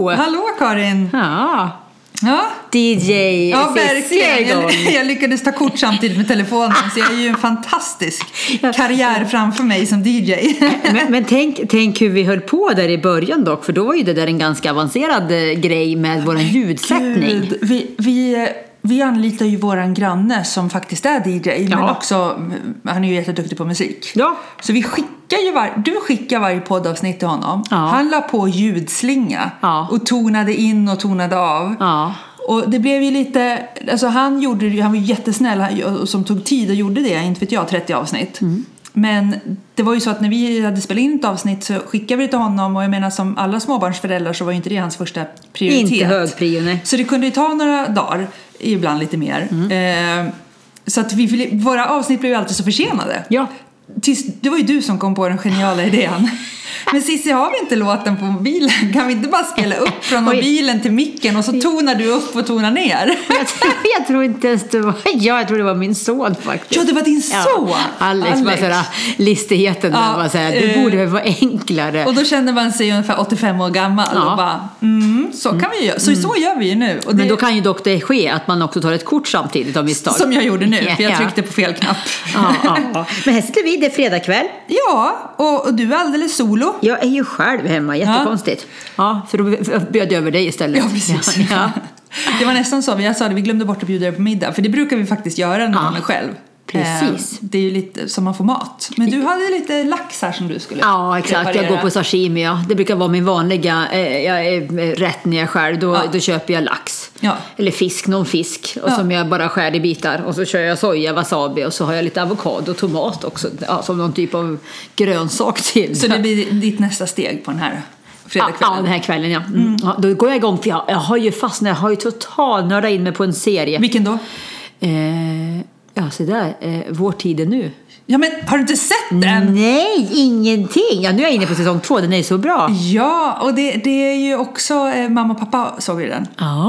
Hallå Karin! Ja. Ja. DJ. Ja, verkligen. Jag lyckades ta kort samtidigt med telefonen, så jag är ju en fantastisk karriär framför mig som DJ. Men tänk hur vi höll på där i början dock, för då var ju det där en ganska avancerad grej med vår ljudsättning. Vi anlitar ju våran granne som faktiskt är DJ, men också, han är ju jätteduktig på musik. Ja. Så vi skickar ju du skickar varje poddavsnitt till honom. Ja. Han la på ljudslinga och tonade in och tonade av. Ja. Och det blev ju lite, alltså han var ju jättesnäll som tog tid och gjorde det, inte vet jag, 30 avsnitt. Mm. Men det var ju så att när vi hade spelat in ett avsnitt så skickade vi det till honom, och jag menar som alla småbarnsföräldrar så var ju inte det hans första prioritet. Inte hög prio, nej. Så det kunde ju ta några dagar, ibland lite mer. Så att våra avsnitt blev ju alltid så försenade. Ja. Det var ju du som kom på den geniala idén. Men Cissi, har vi inte låten på mobilen? Kan vi inte bara spela upp från mobilen till micken och så tonar du upp och tonar ner? Jag tror inte ens det var jag tror det var min son faktiskt. Ja, det var din son. Alex. Var sådär listigheten där var såhär, det borde väl vara enklare. Och då kände man sig ungefär 85 år gammal och bara, så kan vi göra. Så gör vi ju nu. Och men då kan ju dock det ske att man också tar ett kort samtidigt av misstag. Som jag gjorde nu, för jag tryckte på fel knapp. Men här sitter vi, det är fredagkväll. Ja, och du är alldeles solo. Jag är ju själv hemma, jättekonstigt. Ja, för då bjöd jag över dig istället. Ja, precis. Ja. Det var nästan så, jag sa det, vi glömde bort att bjuda dig på middag. För det brukar vi faktiskt göra när man är själv. Precis. Det är ju lite som man får mat. Men du hade lite lax här som du skulle Ja, exakt. preparera. Jag går på sashimi, Det brukar vara min vanliga rätt när jag själv. Då köper jag lax. Ja. Eller någon fisk. Och som jag bara skär i bitar. Och så kör jag soja, wasabi. Och så har jag lite avokado och tomat också. Ja, som någon typ av grönsak till. Så det blir ditt nästa steg på den här fredagskvällen? Ja, den här kvällen, ja. Ja, då går jag igång. För jag har ju fastnat. Jag har ju totalt nördat in mig på en serie. Vilken då? Ja, så där. Vår tid är nu. Ja, men har du inte sett den? Nej, ingenting. Ja, nu är jag inne på säsong 2. Den är så bra. Ja, och det är ju också mamma och pappa såg ju den.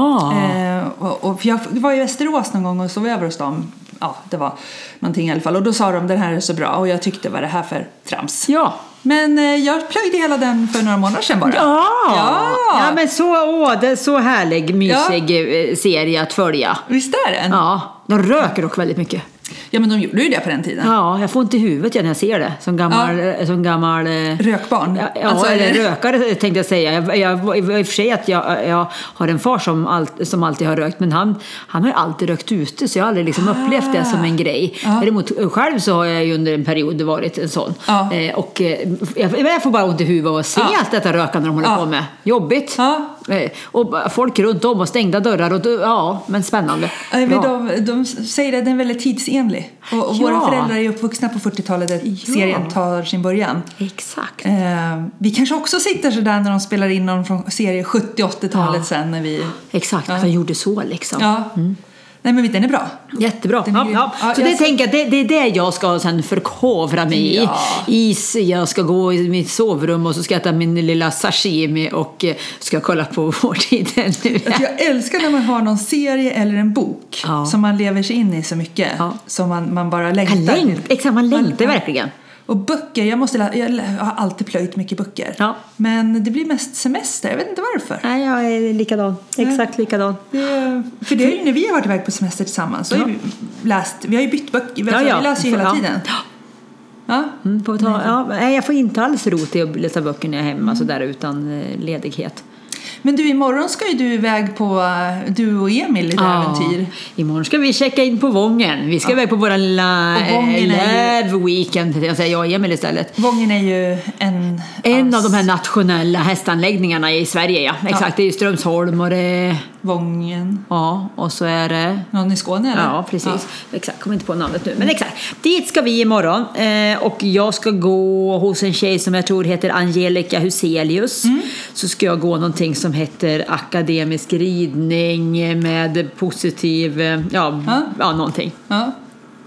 Och jag var i Västerås någon gång och sov över hos dem. Ja, det var någonting i alla fall. Och då sa de, den här är så bra. Och jag tyckte, vad är det här för trams? Ja. Men jag plöjde hela den för några månader sedan bara. Ja, men det är så härlig, mysig serie att följa. Visst är den? Ja, de röker dock väldigt mycket. Ja, men de gjorde ju det på den tiden. Ja, jag får inte i huvudet när jag ser det. Som gammal rökbarn. Ja, alltså, eller rökare tänkte jag säga. Jag i och för sig att jag har en far som alltid har rökt. Men han har ju alltid rökt ute. Så jag har aldrig liksom upplevt det som en grej. Däremot själv så har jag ju under en period varit en sån. Och jag får bara ont i huvudet och se allt detta rökande de håller på med. Jobbigt. Och folk runt om och stängda dörrar. Men spännande. De säger att den är väldigt tidsenlig. Och våra föräldrar är uppvuxna på 40-talet där serien tar sin början. Exakt. Vi kanske också sitter sådär när de spelar in någon från serie 70-80-talet sen när vi... Exakt, de gjorde så liksom. Nej, men den är bra. Jättebra. Så det tänker jag, det är det jag ska sen förkovra mig i. Jag ska gå i mitt sovrum och så ska jag äta min lilla sashimi och ska kolla på vår tid nu. Jag älskar när man har någon serie eller en bok som man lever sig in i så mycket. Som man bara längtar. Exakt, man längtar verkligen. Och böcker, jag har alltid plöjt mycket böcker. Men det blir mest semester, jag vet inte varför. Nej, jag är likadan. Exakt likadan. För det är ju när vi har varit iväg på semester tillsammans så har vi har ju bytt böcker. Vi läser ju hela tiden. Jag får inte alls rot i att läsa böcker när jag är hemma så där utan ledighet. Men du, imorgon ska ju du iväg på du och Emil lite äventyr. Imorgon ska vi checka in på Vången. Vi ska iväg på våra lilla weekend. Jag och Emil istället. Vången är ju en av de här nationella hästanläggningarna i Sverige. Exakt, det är ju Strömsholm och det är... Vången. Ja, och så är det... Någon i Skåne eller? Ja, precis. Exakt, kommer inte på namnet nu. Men exakt, dit ska vi imorgon. Och jag ska gå hos en tjej som jag tror heter Angelica Huselius. Så ska jag gå någonting som heter akademisk ridning med positiv... någonting.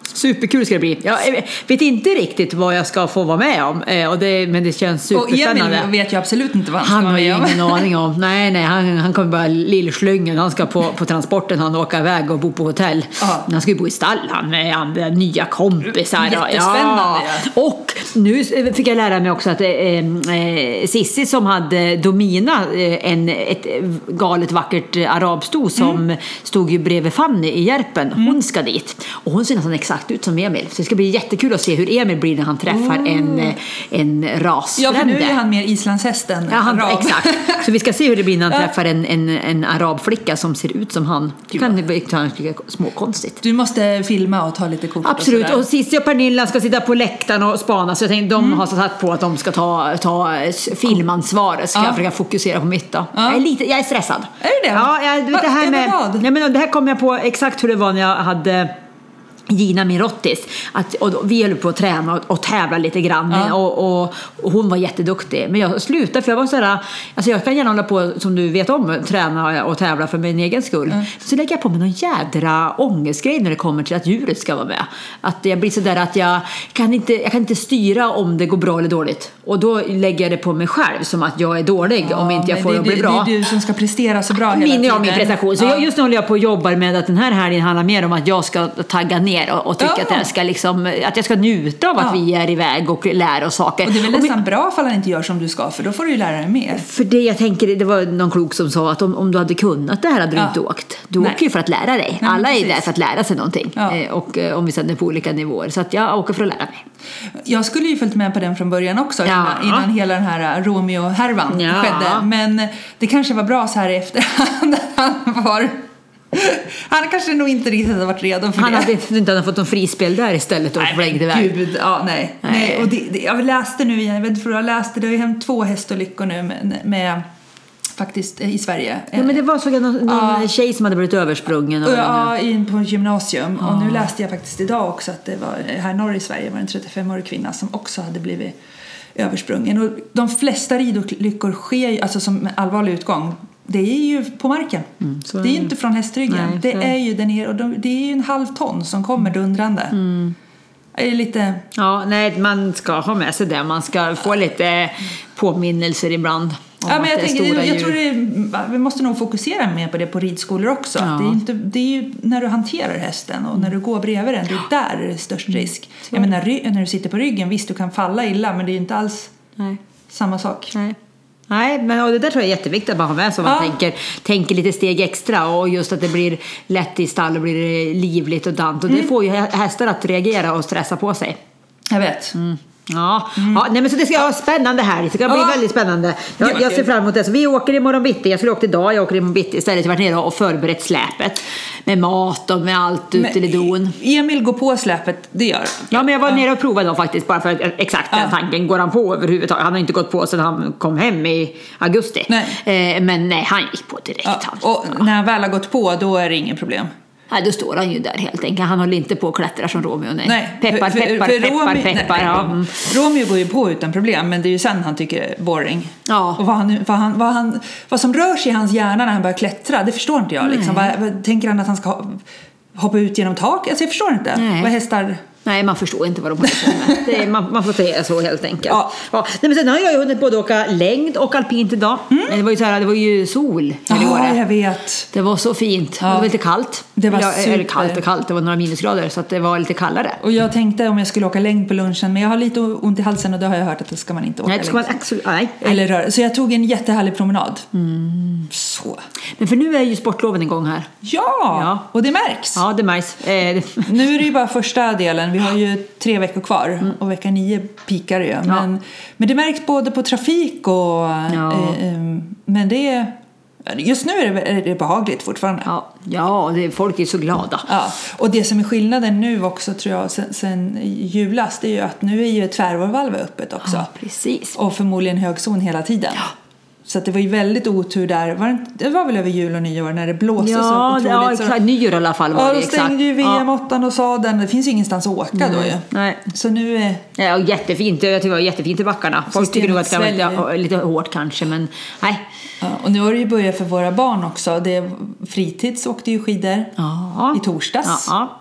Superkul ska det bli. Jag vet inte riktigt vad jag ska få vara med om, men det känns superspännande. Och Emil vet ju absolut inte vad han ska vara med om. Han har ingen aning om. Nej, han kommer bara lillslyngen. Han ska på transporten, han åker iväg och bo på hotell. Han ska ju bo i stallan med andra nya kompisar. Jättespännande. Ja. Och nu fick jag lära mig också att Sissi som hade Domina, ett galet vackert arabsto som stod ju bredvid Fanny i Järpen. Hon ska dit. Och hon ser nästan exakt ut som Emil. Så det ska bli jättekul att se hur Emil blir när han träffar en rasfrände. Ja, för nu är han mer islandshästen. Ja, exakt. Så vi ska se hur det blir när han träffar en arabflicka som ser ut som han. Det kan bli småkonstigt. Du måste filma och ta lite kort. Absolut. Och Cissi och Pernilla ska sitta på läktaren och spana. Så jag tänkte de har satt på att de ska ta filmansvaret. Ska jag försöka fokusera på mitt då. Jag är stressad. Är det det? Ja, det här kom jag på exakt hur det var när jag hade Gina min rottis, vi höll på att träna och tävla lite grann och hon var jätteduktig, men jag slutade för jag var sådär, alltså jag kan gärna hålla på som du vet om, träna och tävla för min egen skull, så lägger jag på mig någon jädra ångestgrej när det kommer till att djuret ska vara med, att jag blir sådär att jag kan inte styra om det går bra eller dåligt, och då lägger jag det på mig själv som att jag är dålig om inte jag får det bli bra. Det är du som ska prestera så bra hela tiden. Min prestation, så just nu håller jag på och jobbar med att den här helgen handlar mer om att jag ska tagga ner och tycka att jag ska njuta av att vi är iväg och lära oss saker. Och det är väl nästan bra ifall han inte gör som du ska, för då får du ju lära dig mer. För det jag tänker, det var någon klok som sa att om du hade kunnat det här hade du inte åkt. Du åker ju för att lära dig. Nej, alla är där för att lära sig någonting. Och om vi sänder på olika nivåer. Så att jag åker för att lära mig. Jag skulle ju följt med på den från början också, innan hela den här Romeo-härvan skedde. Men det kanske var bra så här i efterhand. Han kanske nog inte riktigt hade varit redo för det. Han hade inte fått någon frispel där istället och flängde iväg. Gud, nej. Och jag läste nu igen, jag vet inte, jag läste, det har ju hänt 2 hästolyckor nu med faktiskt i Sverige. Ja, men det var så någon tjej som hade blivit översprungen. På gymnasium. Och nu läste jag faktiskt idag också att det var här norr i Sverige var en 35-årig kvinna som också hade blivit översprungen. Och de flesta ridolyckor sker alltså som allvarlig utgång. Det är ju på marken. Det är ju inte från hästryggen. Nej, det är ju den här, och det är ju en halv ton som kommer dundrande. Är det lite... Ja, nej, man ska ha med sig det. Man ska få lite påminnelser ibland. Ja, men jag tror vi måste nog fokusera mer på det på ridskolor också. Det är ju när du hanterar hästen och när du går bredvid den, det är där det är störst risk. Jag menar, när du sitter på ryggen, visst du kan falla illa, men det är inte alls samma sak. Nej, men det där tror jag är jätteviktigt att man har med, så man tänker lite steg extra, och just att det blir lätt i stall och blir livligt och dant, och det får ju hästar att reagera och stressa på sig. Jag vet. Nej, men så det ska vara spännande här. Det ska bli väldigt spännande. Jag ser fram emot det. Så vi åker imorgon bitti. Jag skulle åka idag. Jag åker imorgon bitti istället. Jag har varit nere och förberett släpet med mat och med allt ute i don. Emil går på släpet, det gör. Ja, men jag var nere och provade då faktiskt, bara för exakt den tanken. Går han på överhuvudtaget? Han har inte gått på sedan han kom hem i augusti. Men nej, han gick på direkt. Och när han väl har gått på, då är det ingen problem. Nej, då står han ju där helt enkelt. Han håller inte på att klättra som Romeo, nej. Peppar. Romeo går ju på utan problem, men det är ju sen han tycker är boring. Ja. Och vad som rör sig i hans hjärna när han börjar klättra, det förstår inte jag. Liksom. Vad tänker han att han ska hoppa ut genom tak? Alltså jag förstår inte. Vad hästar... Nej, man förstår inte vad de håller på med. Man får säga så helt enkelt. Nej, men sen har jag ju hunnit både åka längd och alpint idag. Det var ju sol här i året. Jag vet. Det var så fint. Det var lite kallt. Det var kallt. Det var några minusgrader, så att det var lite kallare. Och jag tänkte om jag skulle åka längd på lunchen, men jag har lite ont i halsen, och det har jag hört att det ska man inte åka. Nej, det ska man nej. Eller röra. Så jag tog en jättehärlig promenad. Så. Men för nu är ju sportloven igång här. Ja, och det märks. Ja, det märks. Nu är det ju bara första delen. Vi har ju 3 veckor kvar och vecka 9 pikar ju. Men det märks både på trafik och... men det är... Just nu är det behagligt fortfarande. Ja, folk är så glada. Ja, och det som är skillnaden nu också, tror jag, sen julas, det är ju att nu är ju ett tvärvalv öppet också. Ja, precis. Och förmodligen högzon hela tiden. Ja. Så att det var ju väldigt otur där. Det var väl över jul och nyår när det blåste så otroligt. Ja, exakt. Nyår i alla fall var det. Då stängde ju VM-8 och sa den. Det finns ju ingenstans att åka då ju. Nej. Så nu är... Ja, och jättefint. Jag tycker det var jättefint i backarna. Folk tycker nog att det var lite hårt kanske, men nej. Ja, och nu har det ju börjat för våra barn också. Fritids åkte ju skidor i torsdags.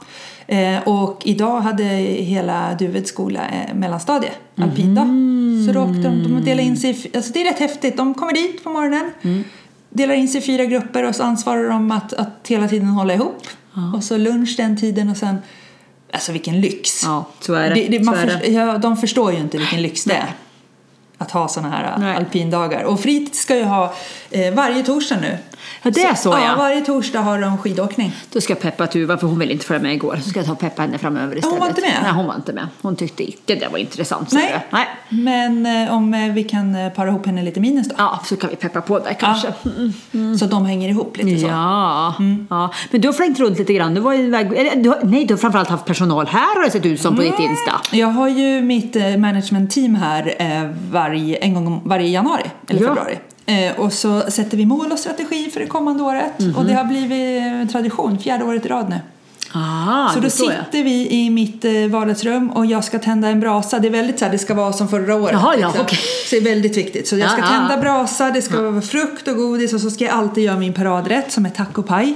Och idag hade hela Duveds skola mellanstadie, alpin dag. Så då åkte de delar in sig, alltså det är rätt häftigt. De kommer dit på morgonen, delar in sig i 4 grupper och så ansvarar de att hela tiden hålla ihop. Och så lunch den tiden och sen, alltså vilken lyx. Ja, så är det. De förstår ju inte vilken lyx det är att ha såna här alpindagar. Och Frit ska ju ha varje torsdag nu. Ja, det är så, ja. Varje torsdag har de skidåkning. Då ska jag peppa Tuva, för hon ville inte följa med igår. Så ska jag ta peppa henne framöver istället. Hon var inte med? Nej, hon var inte med. Hon tyckte inte det var intressant. Nej. Men om vi kan para ihop henne lite minus då? Ja, så kan vi peppa på där kanske. Så de hänger ihop lite så. Ja. Men du har flängt runt lite grann. Du var du har framförallt haft personal här, har det sett ut som på ditt Insta. Jag har ju mitt management-team här en gång varje januari eller februari. Och så sätter vi mål och strategi för det kommande året. Och det har blivit tradition 4:e året i rad nu. Så då sitter vi i mitt vardagsrum och jag ska tända en brasa. Det är väldigt så här, det ska vara som förra året. Okay. Så det är väldigt viktigt. Så jag ska tända brasa, det ska vara frukt och godis. Och så ska jag alltid göra min paradrätt som är tacopaj.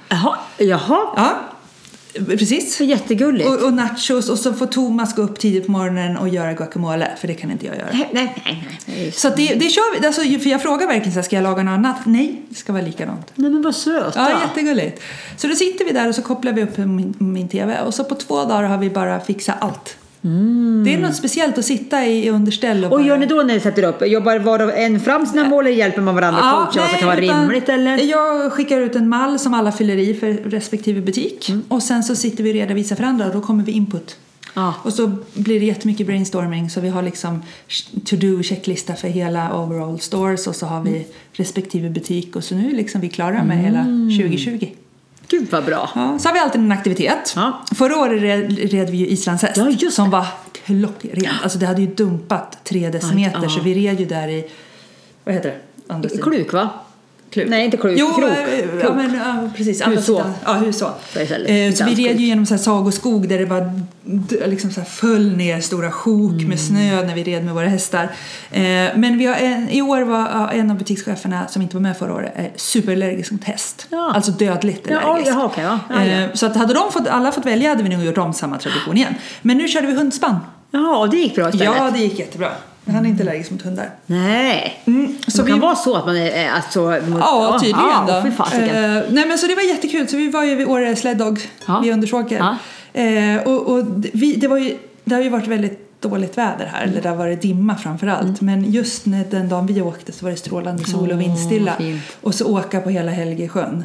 Jaha. Precis. Jättegulligt. Och nachos. Och så får Thomas gå upp tidigt på morgonen och göra guacamole. För det kan inte jag göra. Nej. Så det kör vi. Alltså, för jag frågar verkligen så här, ska jag laga något annat? Nej, det ska vara likadant. Nej, men vad söt. Ja, jättegulligt. Så då sitter vi där och så kopplar vi upp min tv. Och så på 2 dagar har vi bara fixat allt. Det är något speciellt att sitta i underställ. Och gör ni då när ni sätter upp? Jobbar var och en fram sina mål eller hjälper man varandra att coacha vad som kan vara rimligt? Eller? Jag skickar ut en mall som alla fyller i för respektive butik. Och sen så sitter vi och redovisar för andra och då kommer vi input. Och så blir det jättemycket brainstorming. Så vi har liksom to-do-checklista för hela overall stores. Och så har vi respektive butik. Och så nu är liksom vi klara med hela 2020. Gud vad bra. Så har vi alltid en aktivitet. Förra året red vi ju islandshäst som var klockren. Alltså det hade ju dumpat 3 decimeter. Så vi red ju där i, vad heter det? Kluk, va? Kluk. Nej, inte kluk. Jo, krok. Ja, men, precis. Hur så. Så vi red ju genom så här sagoskog där det var liksom så här föll ner stora sjok med snö när vi red med våra hästar. Men vi har i år var en av butikscheferna som inte var med förra året superallergisk mot häst. Alltså dödligt allergisk. Så att hade alla fått välja hade vi nog gjort om samma tradition igen. Men nu körde vi hundspann. Ja, det gick bra istället. Ja, det gick jättebra. Men han är inte allergisk mot hundar. Nej. Så det kan vara så att man är alltså ja, tydligen då. Nej, men så det var jättekul. Så vi var ju vid Åre Sled Dog vid Undersåker. Och det har ju varit väldigt dåligt väder här. Eller det har varit dimma framförallt. Men just när den dagen vi åkte så var det strålande sol och vindstilla. Och så åka på hela Helgesjön.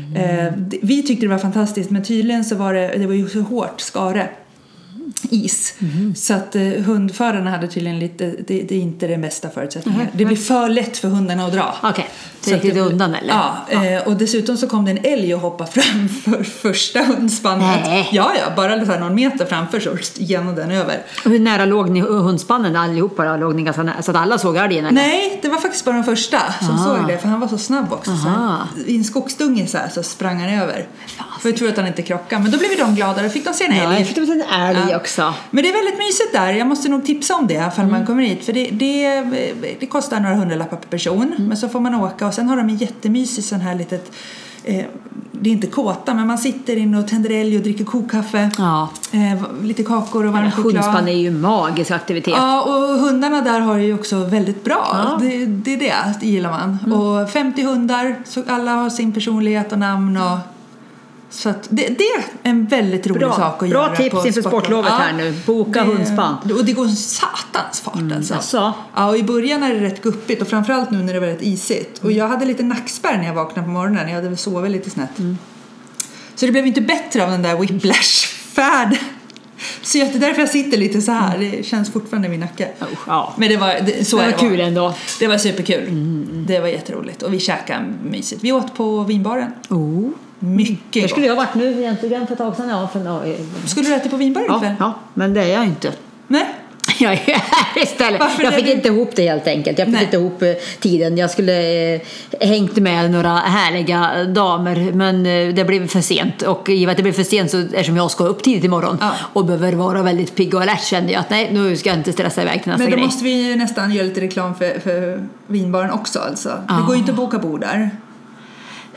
Vi tyckte det var fantastiskt. Men tydligen så var det var ju så hårt skare. Is. Så att hundförarna hade tydligen lite, det är inte det bästa förutsättningar. Det blir för lätt för hundarna att dra. Okej, så gick det undan eller? Ja, och dessutom så kom det en älg och hoppade fram för första hundspannet. Ja, bara så här någon meter framför så genom den över. Och hur nära låg ni hundspannen allihopa då? Låg ni ganska nära, så att alla såg älgen eller? Nej, det var faktiskt bara den första som såg det, för han var så snabb också. Så i en skogsdunge så sprang han över. För jag tror att han inte krockade, men då blev de glada och fick de se en älg. Ja, jag fick de se en älg också. Men det är väldigt mysigt där. Jag måste nog tipsa om det ifall man kommer hit. För det kostar några hundralappar per person. Men så får man åka. Och sen har de en jättemysig sån här litet... det är inte kåta, men man sitter in och tänder älg och dricker kokkaffe. Lite kakor och varm choklad. Hundspann är ju magisk aktivitet. Ja, och hundarna där har ju också väldigt bra. Det gillar man. Och 50 hundar, så alla har sin personlighet och namn och... Så att det är en väldigt rolig sak att göra. Bra tips inför sportlovet här nu. Boka hundspann. Och det går en satans fart alltså. Ja, och i början är det rätt guppigt. Och framförallt nu när det var rätt isigt. Och jag hade lite nackspärr när jag vaknade på morgonen. Jag hade väl sovit lite snett. Så det blev inte bättre av den där whiplash-färden. Så det är därför jag sitter lite så här. Det känns fortfarande i min nacke. Men det var kul ändå. Det var superkul. Det var jätteroligt. Och vi käkade mysigt. Vi åt på vinbaren. Mycket. Det skulle jag ha varit nu egentligen för ett tag sedan. Skulle du äta på vinbaren ikväll? Ja, men det är jag inte. Nej. Jag är här istället. Jag fick inte ihop det helt enkelt. Jag fick inte ihop tiden. Jag skulle hängt med några härliga damer, men det blev för sent. Och i och med att det blev för sent så eftersom jag ska upp tidigt imorgon och behöver vara väldigt pigg och alert, kände jag att nej, nu ska jag inte stressa iväg till nästa grej. Men då måste vi nästan göra lite reklam för vinbaren också alltså. Det går ju inte att boka bord där.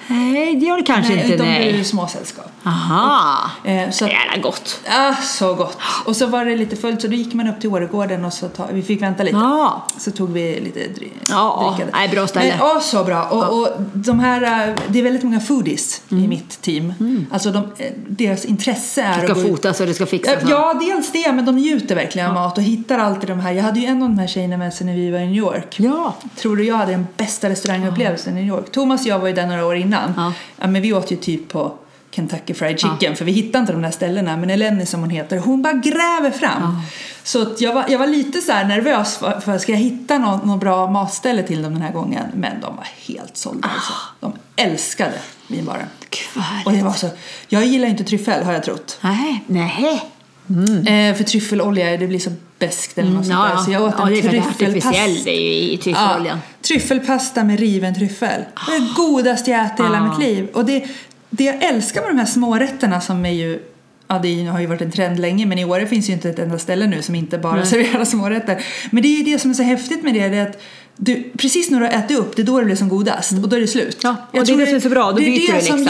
Nej, det gör det kanske inte. De är ju småsällskap. Aha, så det är gott. Ja, så gott. Och så var det lite fullt, så då gick man upp till Åregården och så vi fick vänta lite. Så tog vi lite drickade. Nej, bra ställe. Så bra. Och de här, det är väldigt många foodies i mitt team. Alltså deras intresse är... Det ska fotas och det ska fixas. Ja, dels det, men de njuter verkligen av mat och hittar alltid de här. Jag hade ju en av de här tjejerna med sig när vi var i New York. Ja. Tror du jag hade den bästa restaurangupplevelsen i New York? Thomas och jag var ju där några år innan. Ja, men vi åt ju typ på Kentucky Fried Chicken, för vi hittade inte de där ställena. Men Eleni, som hon heter, hon bara gräver fram. Så att jag var lite så här nervös för ska jag hitta någon bra matställe till dem den här gången. Men de var helt sålda. Alltså. De älskade vinbaren. Och det var så, jag gillar inte tryffel, har jag trott. Nej. För tryffelolja, det blir så beskt eller något sånt där. Så jag åt en tryffelpasta i tryffeloljan. Tryffelpasta med riven tryffel. Det är det godaste jag ätit i hela mitt liv. Och det jag älskar med de här smårätterna som är ju... Ja, det har ju varit en trend länge, men i år finns ju inte ett enda ställe nu som inte bara serverar smårätter. Men det är ju det som är så häftigt med det är att precis när du äter upp, det är då det blir som godast och då är det slut. Ja, och det är det som är så bra, då byter du liksom.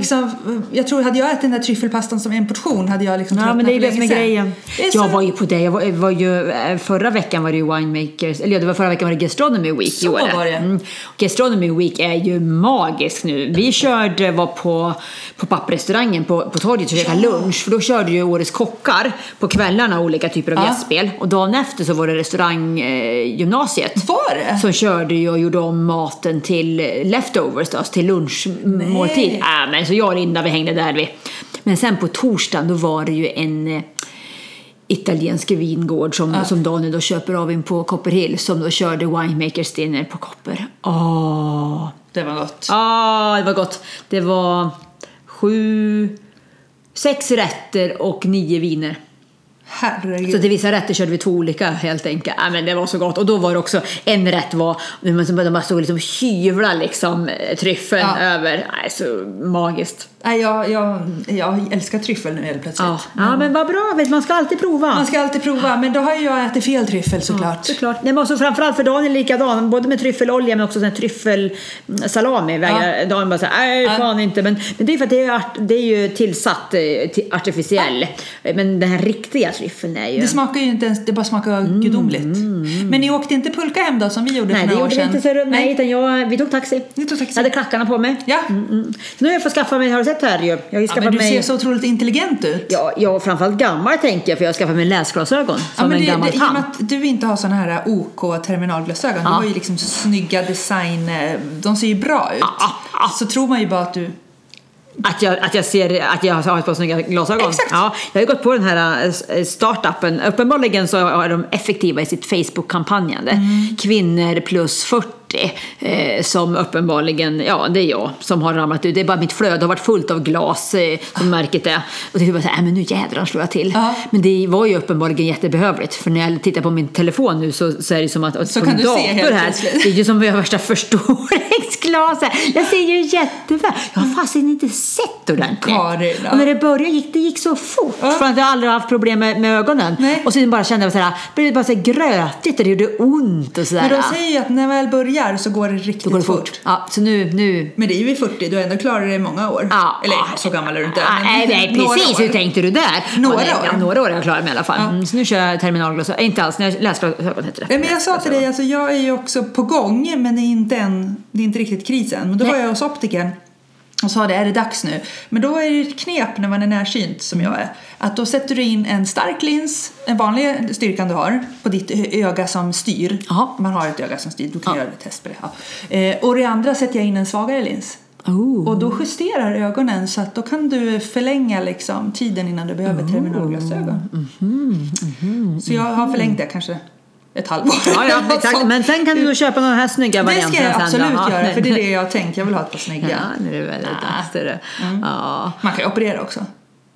Jag tror, hade jag ätit den där tryffelpastan som en portion hade jag liksom... Ja, men det är det som är grejen. Jag var ju på det, jag var ju förra veckan var det ju Winemakers, eller det var förra veckan var det Gastronomy Week i år. Så var det. Gastronomy Week är ju magisk nu. Vi var på papprestaurangen på torget och käkade lunch, för då körde ju årets kockar på kvällarna olika typer av gästspel, och dagen efter så var det restauranggymnasiet. Var det? Som körde ju och gjorde om maten till leftovers då, till lunchmåltid. Men så jag och Linda, vi hängde där Men sen på torsdagen då var det ju en italiensk vingård som Daniel då köper av in på Copperhill, som då körde Winemakers dinner på Copper. Det var gott. Det var gott. Det var 6 rätter och 9 viner. Herregud. Så till vissa rätter körde vi 2 olika helt enkelt. Men det var så gott. Och då var det också en rätt var de bara stod liksom hyvla liksom tryffeln över. Så magiskt. Jag älskar tryffel nu helt plötsligt. Ja, men vad bra, man ska alltid prova. Men då har ju jag ätit fel tryffel såklart. Såklart. Nej, men också framförallt för Daniel likadan, både med tryffelolja men också sån här tryffelsalami. Daniel bara säger, fan inte. Men det är för att det är ju tillsatt artificiell. Men den här riktiga tryffeln är ju... Det smakar ju inte ens, det bara smakar gudomligt. Men ni åkte inte pulka hem då som vi gjorde för några år sedan? Nej, utan vi tog taxi. Jag hade klackarna på mig. Ja. Så nu har jag fått skaffa mig, har du sett här ju? Men du ser så otroligt intelligent ut. Ja, framförallt gammal tänker jag, för jag har skaffat mig läsglasögon som en gammal tant. I och med att du inte har såna här OK-terminalglasögon, du har ju liksom snygga design, de ser ju bra ut. Så tror man ju bara att du... Att jag har ett par snygga glasögon. Exakt. Ja, jag har gått på den här startupen. Uppenbarligen så är de effektiva i sitt Facebook-kampanjande. Kvinnor plus 40 som uppenbarligen, det är jag som har ramlat ut. Det är bara mitt flöde har varit fullt av glas som märket är. Och det var så här, men nu jädrar slår jag till. Men det var ju uppenbarligen jättebehövligt. För när jag tittar på min telefon nu så är det som att så kan du se helt här, det är ju som värsta förstoringsglas. Jag ser ju jätteväl. Jag har fast inte sett ordentligt. Och när det började det gick så fort. För att jag aldrig haft problem med ögonen. Nej. Och så bara kände jag så här, blev det bara så här grötigt och det gjorde ont och så där. Men de säger ju att när väl börjar så går det riktigt fort. Ja, så nu. Men det är ju vid 40, du har ändå klarat det i många år. Eller så gammal är du inte. Nej, precis. Hur tänkte du där? Några år. Ja, några år har jag klarat mig i alla fall. Så nu kör jag terminalglasögon. Inte alls, när jag läsglasögon heter det. Men jag sa till dig, alltså, jag är ju också på gång, men det är inte riktigt krisen. Men då var jag hos optikern och sa är det dags nu? Men då är det ett knep när man är närsynt som jag är. Att då sätter du in en stark lins, en vanlig styrkan du har på ditt öga som styr. Man har ett öga som styr, du kan göra ett test på det. Och det andra sätter jag in en svagare lins. Och då justerar ögonen så att då kan du förlänga liksom tiden innan du behöver terminalglasögon. Så jag har förlängt det kanske ett halvår. Ja, exakt. Men sen kan du köpa några här snygga varianter. Det ska jag absolut göra, för det är det jag tänker. Jag vill ha ett par snygga. Ja, det är väldigt större. Man kan ju operera också.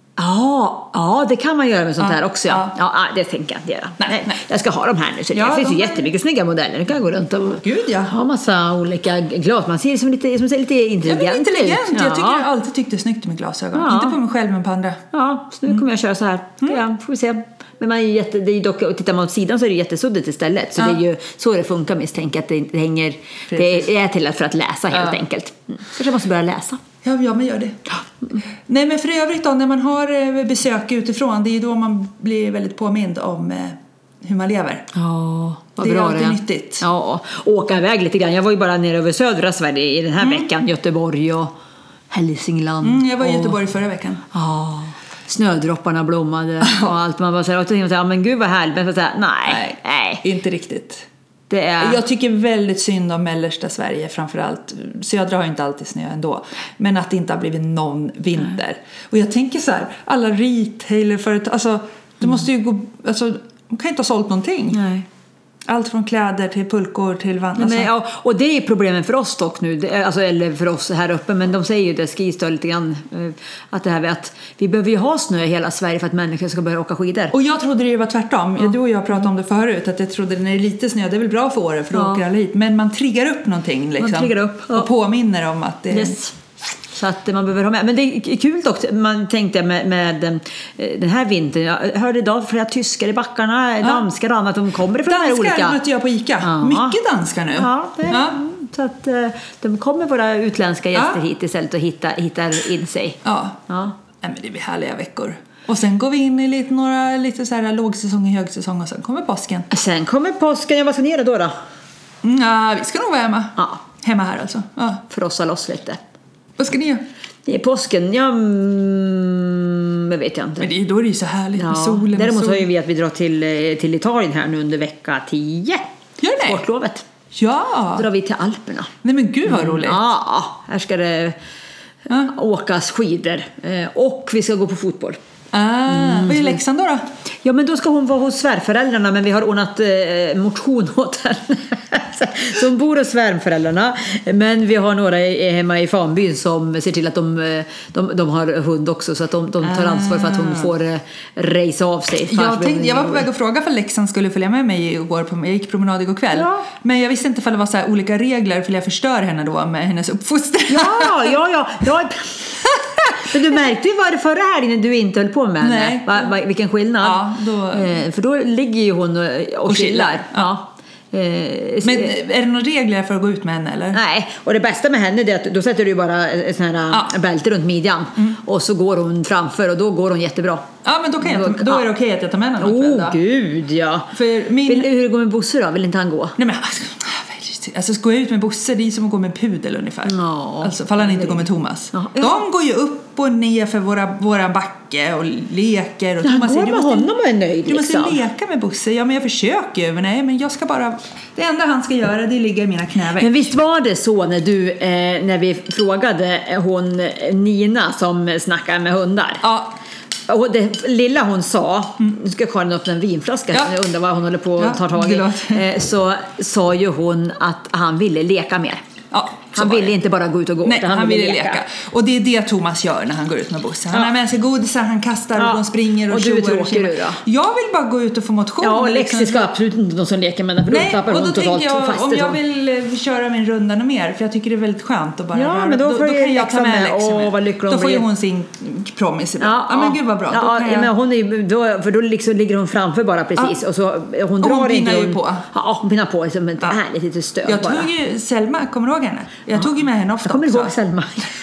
Ja, det kan man göra med sånt här också. Ja, det tänker jag inte göra. Nej. Jag ska ha dem här nu. Så det finns ju jättemycket snygga modeller. Du kan gå runt och ha massa olika glas. Man ser det som lite intelligent ut. Jag tycker jag alltid tyckte det är snyggt med glasögon. Inte på mig själv, men på andra. Ja, så nu kommer jag köra så här. Får vi se. Men det är ju dock, tittar man åt sidan så är det jättesuddigt istället. Så det är ju så det funkar, misstänker att det hänger. Det är till för att läsa helt enkelt. Kanske måste börja läsa. Ja, men gör det. Nej, men för övrigt då, när man har besök utifrån, det är ju då man blir väldigt påmind om hur man lever. Ja, vad det bra är alltid det. Nyttigt. Ja, åka iväg lite grann. Jag var ju bara nere över södra Sverige i den här veckan. Göteborg och Hälsingland. Jag var i Göteborg förra veckan. Ja, snödropparna blommade och allt. Man bara säger, men gud vad härligt. Men så här, nej. Inte riktigt. Jag tycker väldigt synd om mellersta Sverige framförallt. Södra har ju inte alltid snö ändå. Men att det inte har blivit någon vinter. Och jag tänker så här, alla retailerföretag, alltså det måste ju gå, alltså de kan inte ha sålt någonting. Nej. Allt från kläder till pulkor till vatten. Alltså. Och det är problemen för oss dock nu, eller för oss här uppe. Men de säger ju det, Skistar lite grann, att det här med att vi behöver ju ha snö i hela Sverige för att människor ska börja åka skidor. Och jag trodde det var tvärtom. Du och jag pratade om det förut, att jag trodde när det är lite snö, det är väl bra för året för då åker alla hit. Men man triggar upp någonting liksom. Man triggar upp. Och påminner om att det yes. Så att man behöver ha med. Men det är kul dock, man tänkte med den här vintern. Jag hörde idag flera tyskar i backarna, danskar och annat, de kommer från de här olika. Danskar mötte jag på Ica. Ja. Mycket danskar nu. Så att de kommer våra utländska gäster hit istället och hittar in sig. Ja. Nej, men det blir härliga veckor. Och sen går vi in i lite så här lågsäsong och högsäsong och sen kommer påsken. Sen kommer påsken, vad ska ni göra då? Vi ska nog vara hemma. Ja. Hemma här alltså. Ja. Frossa loss lite. Vad ska ni göra? Det är påsken, det vet jag inte. Men då är det ju så härligt med solen. Däremot så är vi att vi drar till Italien här nu under vecka 10. Gör det? Sportlovet. Ja. Då drar vi till Alperna. Nej men gud vad roligt. Ja, här ska det åkas skidor. Och vi ska gå på fotboll. Vad är läxan då? Ja, men då ska hon vara hos svärföräldrarna, men vi har ordnat motion åt henne. Så hon bor hos svärföräldrarna, men vi har några hemma i Fanbyn som ser till att de har hund också, så att de tar ansvar för att hon får resa av sig. Jag var på väg att fråga för läxan skulle följa med mig igår, jag gick promenad igår kväll. Ja. Men jag visste inte för det var så här olika regler, för jag förstör henne då med hennes uppfostran. Ja. Men du märkte ju vad det förra helgen när du inte höll på med henne. Vilken skillnad. Ja, för då ligger ju hon och chillar. Ja. Men är det några regler för att gå ut med henne eller? Nej, och det bästa med henne är att då sätter du bara sån här bälte runt midjan och så går hon framför och då går hon jättebra. Ja, men då är det okej att jag tar med henne något kväll då. Gud, ja. Hur det går med Bosse då? Vill inte han gå? Nej, men alltså gå ut med Bosse, det är som att gå med pudel ungefär. Alltså, fall han inte går med Thomas. De går ju upp och ner för våra backe och leker. Och Thomas går med honom och är nöjd. Du måste leka med Bosse. Ja, men jag försöker ju. Men jag ska bara... Det enda han ska göra, det ligger i mina knäveck. Men visst var det så när vi frågade hon Nina som snackar med hundar? Ja. Och det lilla hon sa, nu ska Karin öppna en vinflaska, jag undrar vad hon håller på att ta tag i, så sa ju hon att han ville leka mer. Ja, han ville inte bara gå ut och gå. Nej, han ville leka. Och det är det Thomas gör när han går ut med Bosse. Han har med sig godisar, han kastar och de springer och du är tråkig då? Jag vill bara gå ut och få motion. Ja, och Lexi ska absolut inte någon som leker med henne, för då tappar hon totalt fast. Om jag vill köra min runda och mer, för jag tycker det är väldigt skönt att bara röra. Men då kan jag ta med Lexi med. Då får ju hon sin promis ibland. Ja, men gud vad bra. Ja, men hon är, för då liksom ligger hon framför bara precis. Och så hon drar hon pinnar ju på. Ja, hon pinnar på som ett härligt litet stöd. Jag tog ju Selma, kommer du ihåg henne? Jag tog ju med henne ofta. Jag kommer ihåg Selma.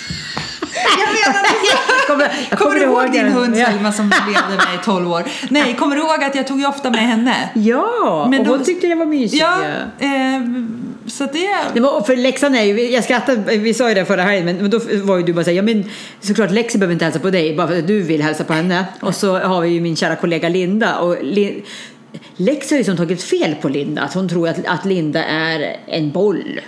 Kommer du ihåg din hund Selma som levde med i 12 år? Nej, kommer du ihåg att jag tog ju ofta med henne? Ja, men och hon tyckte det var mysigt. Ja, så det var, för läxan är ju, jag skrattade, vi sa ju det förra helgen, men då var ju du bara säga, ja men såklart Lexi behöver inte hälsa på dig bara för att du vill hälsa på henne. Och så har vi ju min kära kollega Linda, och Lexi har ju som tagit fel på Linda, att hon tror att Linda är en boll,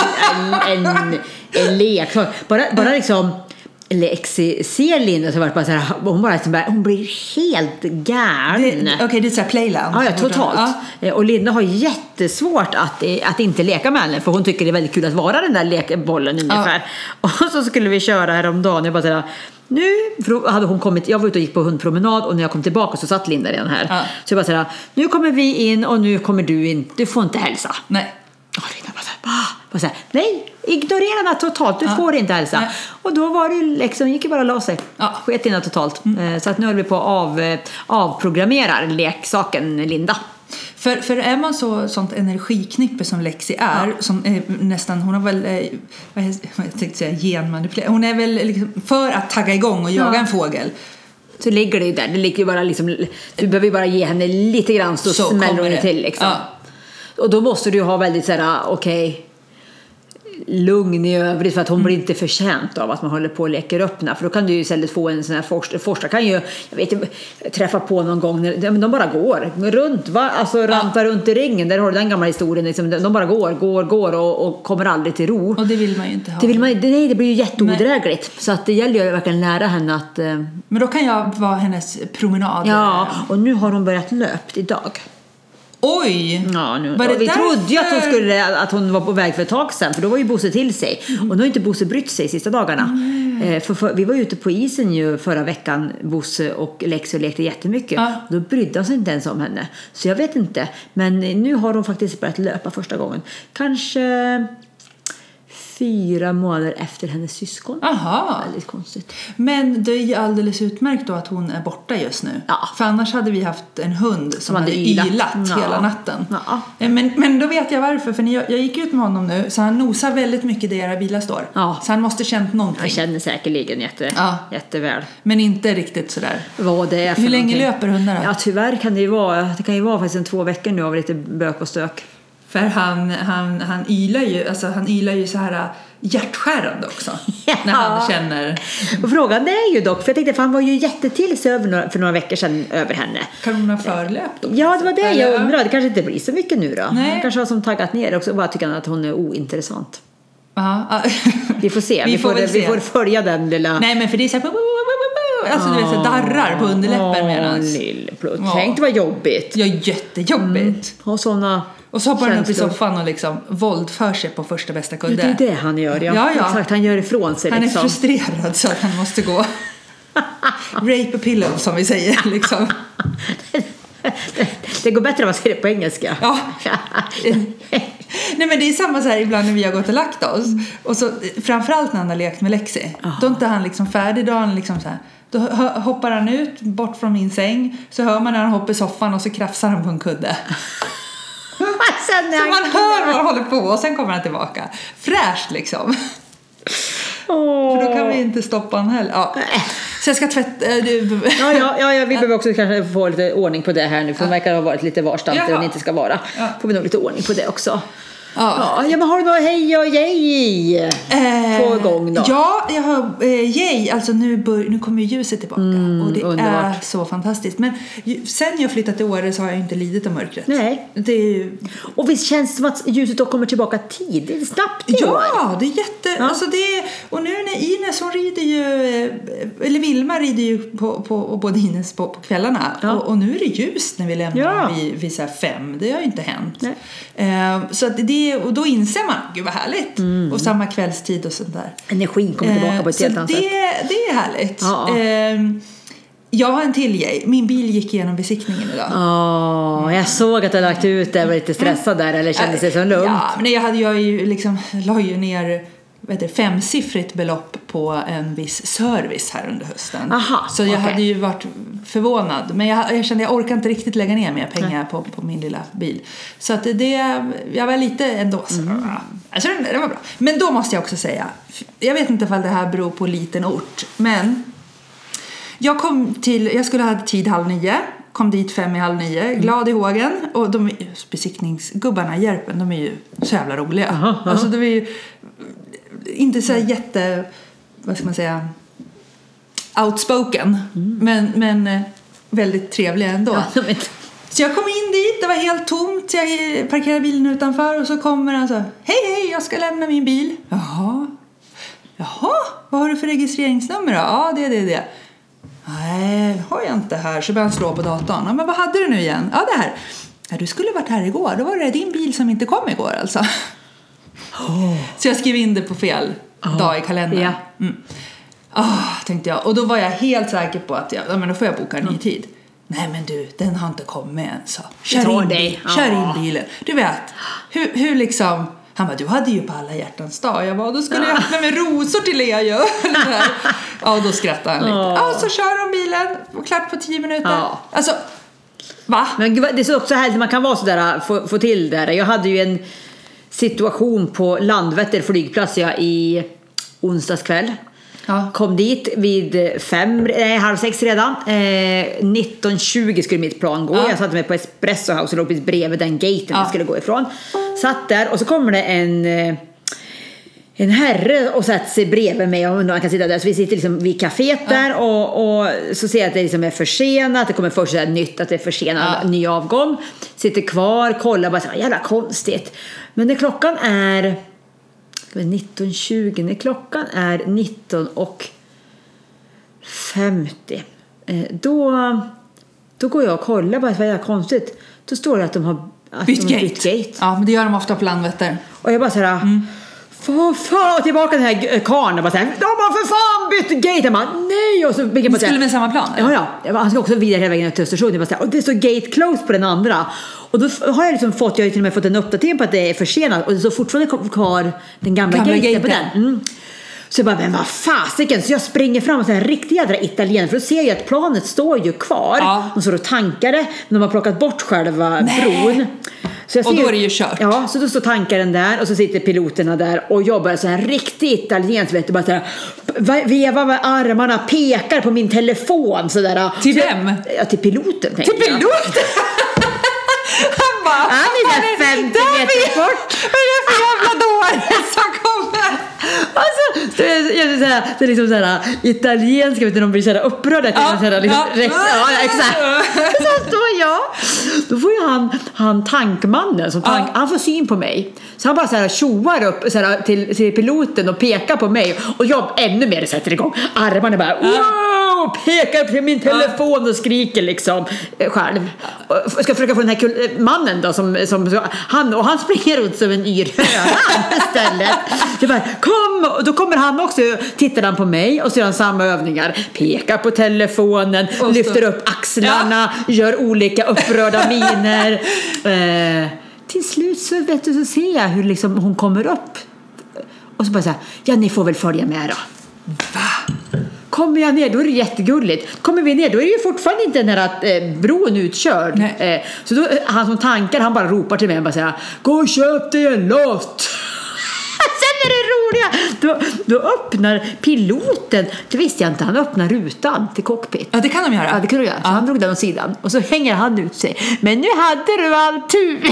en lek. Bara liksom Lexi ser Linda så vart bara så här, hon blir helt gärn. Okej, det är så här playland. Ja, totalt. Ja. Och Linda har jättesvårt att inte leka med henne, för hon tycker det är väldigt kul att vara den där lekbollen ungefär. Och så skulle vi köra häromdagen, jag bara så här, nu hade hon kommit, jag var ute och gick på hundpromenad, och när jag kom tillbaka så satt Linda redan här. Så jag bara så här, nu kommer vi in och nu kommer du in, du får inte hälsa. Nej. Och Linda bara så här, Och så här, nej, ignorera henne totalt, du får inte hälsa. Nej. Och då var det liksom, gick ju bara la sig. Sket in totalt. Så att nu håller vi på att avprogrammera leksaken Linda. För är man sånt energiknippe som Lexi är, som är nästan, hon har väl, jag tänkte säga genmanipulerad, hon är väl liksom, för att tagga igång och jaga en fågel. Så ligger det ju där, det ligger ju bara liksom, du behöver ju bara ge henne lite grann så smäller hon till liksom. Och då måste du ju ha väldigt såhär, okej, lugn i övrigt, för att hon blir inte förtjänt av att man håller på och leker öppna, för då kan du ju istället få en sån här forskare kan ju, jag vet inte, träffa på någon gång när de bara går runt, alltså rantar runt i ringen, där har du den gamla historien liksom, de bara går och kommer aldrig till ro, och det vill man ju inte ha. Det blir ju jätteodrägligt. Så att det gäller ju verkligen lära henne att men då kan jag vara hennes promenad. Ja, och nu har hon börjat löpt idag. Oj! Ja, nu. Vi trodde ju att hon var på väg för ett tag sedan, för då var ju Bosse till sig. Och nu har inte Bosse brytt sig sista dagarna. För vi var ute på isen ju förra veckan, Bosse och Lexi, och lekte jättemycket. Då brydde sig inte ens om henne. Så jag vet inte. Men nu har hon faktiskt börjat löpa första gången. Kanske 4 månader efter hennes syskon. Aha. Väldigt konstigt. Men det är ju alldeles utmärkt då att hon är borta just nu. Ja. För annars hade vi haft en hund som hade ylat hela natten. Ja. Men då vet jag varför. För jag gick ut med honom nu, så han nosar väldigt mycket där era bilar står. Ja. Så han måste känt någonting. Han känner säkerligen jätteväl. Men inte riktigt sådär. Vad det är för Hur länge löper hundar då? Ja, tyvärr kan det ju vara. Det kan ju vara faktiskt 2 veckor nu av lite bök och stök. För han ylar ju, alltså han ylar ju så här hjärtskärande också. När han känner. Och frågan är ju dock, för jag tänkte, för han var ju jättetills för några veckor sedan över henne. Kan hon ha förlöpt också? Ja, det var det jag undrade. Det kanske inte blir så mycket nu då. Nej. Han kanske har som taggat ner också, bara tycker att hon är ointressant. Vi får se. Vi får följa den lilla. Nej, men för det är så här, alltså du vet, så darrar på underläppen medans. Lillplutt. Tänk det var jobbigt. Ja, jättejobbigt. Och såna. Och så hoppar han upp i soffan och liksom våldför sig på första bästa kudde. Det är det han gör, ja. Exakt, han gör ifrån sig han liksom. Han är frustrerad så att han måste gå. Rape a pillow, som vi säger liksom. Det går bättre om man säger det på engelska. Ja. Nej, men det är samma så här ibland när vi har gått och lagt oss. Och så, framförallt när han har lekt med Lexi. Då är inte han liksom färdig, då han liksom så här. Då hoppar han ut bort från min säng. Så hör man när han hoppar i soffan och så krafsar han på en kudde. Så man hör vad han håller på, och sen kommer han tillbaka. Fräscht liksom. För då kan vi inte stoppa han heller. Ja. Så jag ska tvätta. Ja, vi behöver också kanske få lite ordning på det här nu. För det verkar ha varit lite varstans där den inte ska vara. Får vi nog lite ordning på det också. Ja, men har du något hej och yay på igång då? Ja, jag har yay. Alltså nu kommer ju ljuset tillbaka. Och det underbart. Är så fantastiskt. Men sen jag flyttat till Åre så har jag inte lidit av mörkret. Nej. Det är ju. Och visst känns det som att ljuset då kommer tillbaka tidigt, snabbt. Ja, det är alltså det. Och nu när Ines, hon rider ju, eller Vilma rider ju på både Ines på kvällarna. Och nu är det ljust när vi lämnar vid så här 5. Det har ju inte hänt. Så att och då inser man, gud vad härligt. Och samma kvällstid och sånt där. Energin kommer tillbaka på ett helt annat sätt. Det är härligt. Jag har en till grej. Min bil gick igenom besiktningen idag. Jag såg att du lagt ut det. Var lite stressad där, eller kände sig så lugnt? Ja, men jag ju liksom, la ju ner 5-siffrigt belopp på en viss service här under hösten. Så jag hade ju varit förvånad. Men jag kände jag orkar inte riktigt lägga ner mer pengar på min lilla bil. Så att jag var lite ändå alltså, det var bra. Men då måste jag också säga, jag vet inte om det här beror på liten ort, men jag skulle ha tid 8:30. Kom dit 8:55, glad i hågen. Och besiktningsgubbarna i Järpen, de är ju så jävla roliga. Alltså de är ju inte så jätte, vad ska man säga, outspoken. Men väldigt trevliga ändå. Så jag kom in dit, det var helt tomt. Jag parkerade bilen utanför och så kommer han så: hej, jag ska lämna min bil. Jaha, vad har du för registreringsnummer då? Ja, det. Nej, har jag inte här. Så började han slå på datorn. Men vad hade du nu igen? Ja, det här. Ja, du skulle varit här igår. Då var det din bil som inte kom igår alltså. Så jag skrev in det på fel dag i kalendern. Tänkte jag. Och då var jag helt säker på att men då får jag boka en ny tid. Nej, men du, den har inte kommit än. Så kör in bilen. Du vet, hur liksom. Han bara, du hade ju på alla hjärtans dag. Jag bara, då skulle jag öppna med rosor till Lea ju. Ja, och då skrattade han lite. Ja, och så kör de bilen och klart på 10 minuter. Ja. Alltså, va? Men det är så också härligt, man kan vara sådär, få till det. Jag hade ju en situation på Landvetter flygplats i onsdagskväll. Ja. Kom dit vid 5:30 redan. 19:20 skulle mitt plan gå. Ja. Jag satte mig på Espresso House och låg precis bredvid den gaten jag skulle gå ifrån. Satt där och så kommer det en herre och sätter sig bredvid mig och man kan sitta där. Så vi sitter liksom vid kaféet där och så ser jag att det liksom är försenat. Det kommer först så här nytt att det är försenat, ny avgång. Sitter kvar, kollar bara så här, jävla konstigt. Men när klockan är 19:20, när klockan är 19:50, då går jag och kollar bara, vad är det konstigt? Då står det att de har bytt gate. Ja, men det gör de ofta på Landvetter. Och jag bara så här, för tillbaka den här karln och bara så här, de har för fan bytt gate. Jag bara, nej. Och så ni skulle med samma plan? Ja. Han ska också vidare hela vägen till Östersund. Jag bara så här, och det står gate close på den andra. Och då har jag liksom till och med fått en uppdatering på att det är försenat. Och det står fortfarande kvar den gamla gaten på den. Så jag bara, men vad fasiken. Så jag springer fram och så här riktigt jädra italien. För då ser jag att planet står ju kvar. Ja. Och så då tankar det. Men de har plockat bort själva bron. Så och då är det ju kört. Ja, så då står tankaren där. Och så sitter piloterna där och jobbar så här riktigt italienskt. Vet du, bara så här, vevar med armarna, pekar på min telefon. Så där. Till vem? Ja, till piloten. Till piloten? Han bara, han är 50 meter bort. Vad är det för jävla dåre som kommer? Alltså, det är liksom såhär italienska, vet du, de blir såhär upprörda till exakt. Så står jag. Då får ju han tankmannen som han får syn på mig. Så han bara såhär tjoar upp såhär, till piloten och pekar på mig. Och jag ännu mer sätter igång. Armarna bara wow, pekar på min telefon och skriker liksom själv. Jag ska försöka få den här mannen då som han springer runt som en yrhöna istället. Jag bara, kom! Och då kommer han också, tittar han på mig och så gör han samma övningar. Pekar på telefonen, lyfter upp axlarna, gör olika upprörda miner. Till slut så vet du, så ser jag hur liksom hon kommer upp. Och så bara så här, ja, ni får väl följa med då. Va? Kommer jag ner, då är det jättegulligt. Kommer vi ner, då är det ju fortfarande inte den här bron utkörd. Så då, han som tankar, han bara ropar till mig och bara säger, gå och köp dig en lott. Sen är det roliga, då öppnar piloten, det visste jag inte, han öppnar rutan till cockpit. Ja, det kan de göra. Ja, det kan de göra. Så han drog den åt sidan och så hänger han ut sig. Men nu hade du all tur.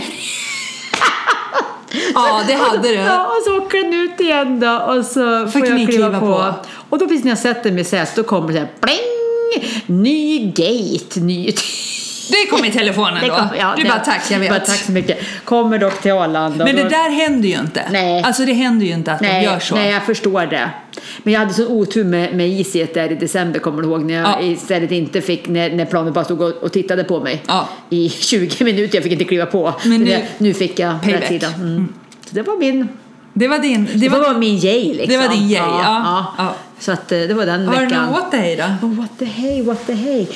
Ja, det hade du. Ja, och så åker den ut igen då och så får jag kliva på. Och då precis när jag sätter mig så då kommer det så här, pling, ny gate, Det kom i telefonen då. Du bara, tack, jag vet. Bara, tack så mycket. Kommer dock till Arlanda. Men det där händer ju inte. Nej. Alltså det händer ju inte att de gör så. Nej, jag förstår det. Men jag hade så otur med iset där i december, kommer du ihåg, när jag istället inte fick, när planen bara stod och tittade på mig i 20 minuter. Jag fick inte kliva på. Men nu fick jag rätt sida. Så det var min... Det var min yay liksom. Det var din yay, ja. Så att det var den veckan. Har du något what the hey då? What the hey.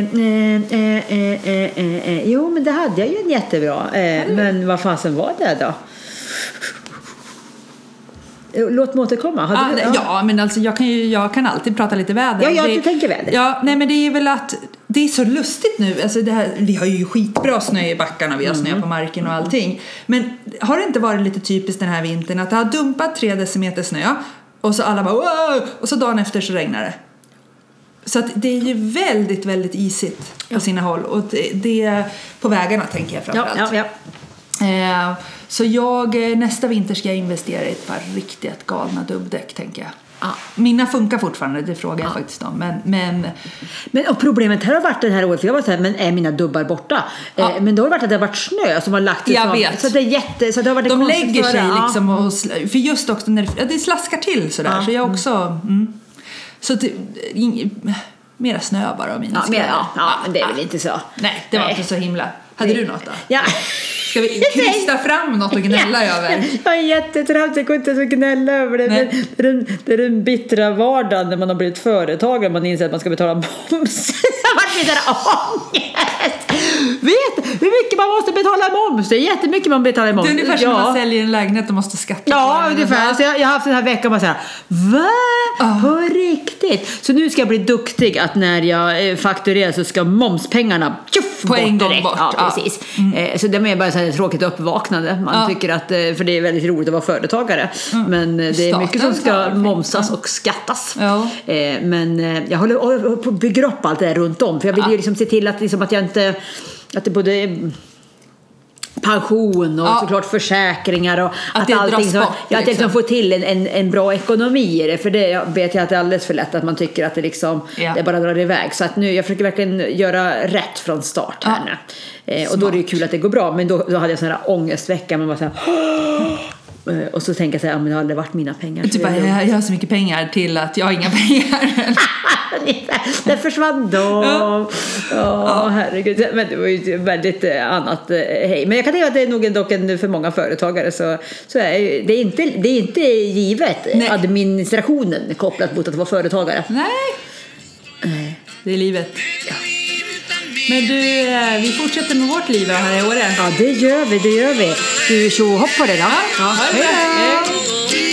Jo, men det hade jag ju jättebra. Men vad fasen var det då? Låt mig återkomma. Ja, men alltså jag kan alltid prata lite väder. Ja, du tänker väder. Ja, nej, men det är väl att det är så lustigt nu. Alltså det här, vi har ju skitbra snö i backarna, vi har snö på marken och allting. Men har det inte varit lite typiskt den här vintern att det har dumpat 3 decimeter snö och så alla bara wow! Och så dagen efter så regnar det. Så att det är ju väldigt, väldigt isigt på sina håll. Och det är på vägarna, tänker jag framförallt. Ja. Så nästa vinter ska jag investera i ett par riktigt galna dubbdäck, tänker jag. Mina funkar fortfarande, det frågar jag faktiskt om. Men och problemet här har varit den här året, för jag var så här, men är mina dubbar borta? Men då har det varit att det har varit snö som har lagt jag vet. Så det så det har varit de lägger sig liksom och, för just också när det slaskar till sådär. Så jag också så det, mera snö bara av mina men det är väl inte så. Nej, det var inte så himla. Hade du något då? Ja. Ska vi krysta fram något och gnälla över? Jag är jättetrött, jag går inte så gnälla över det. Men det är den bittra vardagen när man har blivit företagare och man inser att man ska betala moms. Det har varit lite ångest. vet hur mycket man måste betala moms. Det är jättemycket man betalar moms. Det är ungefär som man säljer en läggnät och måste skatta. Ja, ungefär. Så jag har haft den här veckan och bara säga, va? På riktigt? Så nu ska jag bli duktig att när jag fakturerar så ska momspengarna på en gång bort. Ja, precis. Så det är bara så här tråkigt uppvaknande. Man tycker att, för det är väldigt roligt att vara företagare. Men det är mycket som ska momsas och skattas. Men jag håller på att bygga upp allt det här runt om. För jag vill ju liksom se till att jag inte, att det både pension och såklart försäkringar och att allting så, att jag liksom får till en bra ekonomi i det, för det vet jag att det är alldeles för lätt att man tycker att det liksom det bara drar iväg, så att nu jag försöker verkligen göra rätt från start här nu. Och då är det ju kul att det går bra, men då hade jag sån här ångestvecka, man bara så här, och så tänker jag så här, men det har aldrig varit mina pengar. Du bara, jag har så mycket pengar till att jag har inga pengar. Det försvann då. Herregud. Men det var ju väldigt annat. Hej. Men jag kan tänka att det är nog dock för många företagare så är det är inte givet. Nej. Administrationen kopplat mot att vara företagare. Nej. Det är livet. Ja. Men du, vi fortsätter med vårt liv här i året. Ja, det gör vi. Du, tjo hopp på det då. Ja, hej då.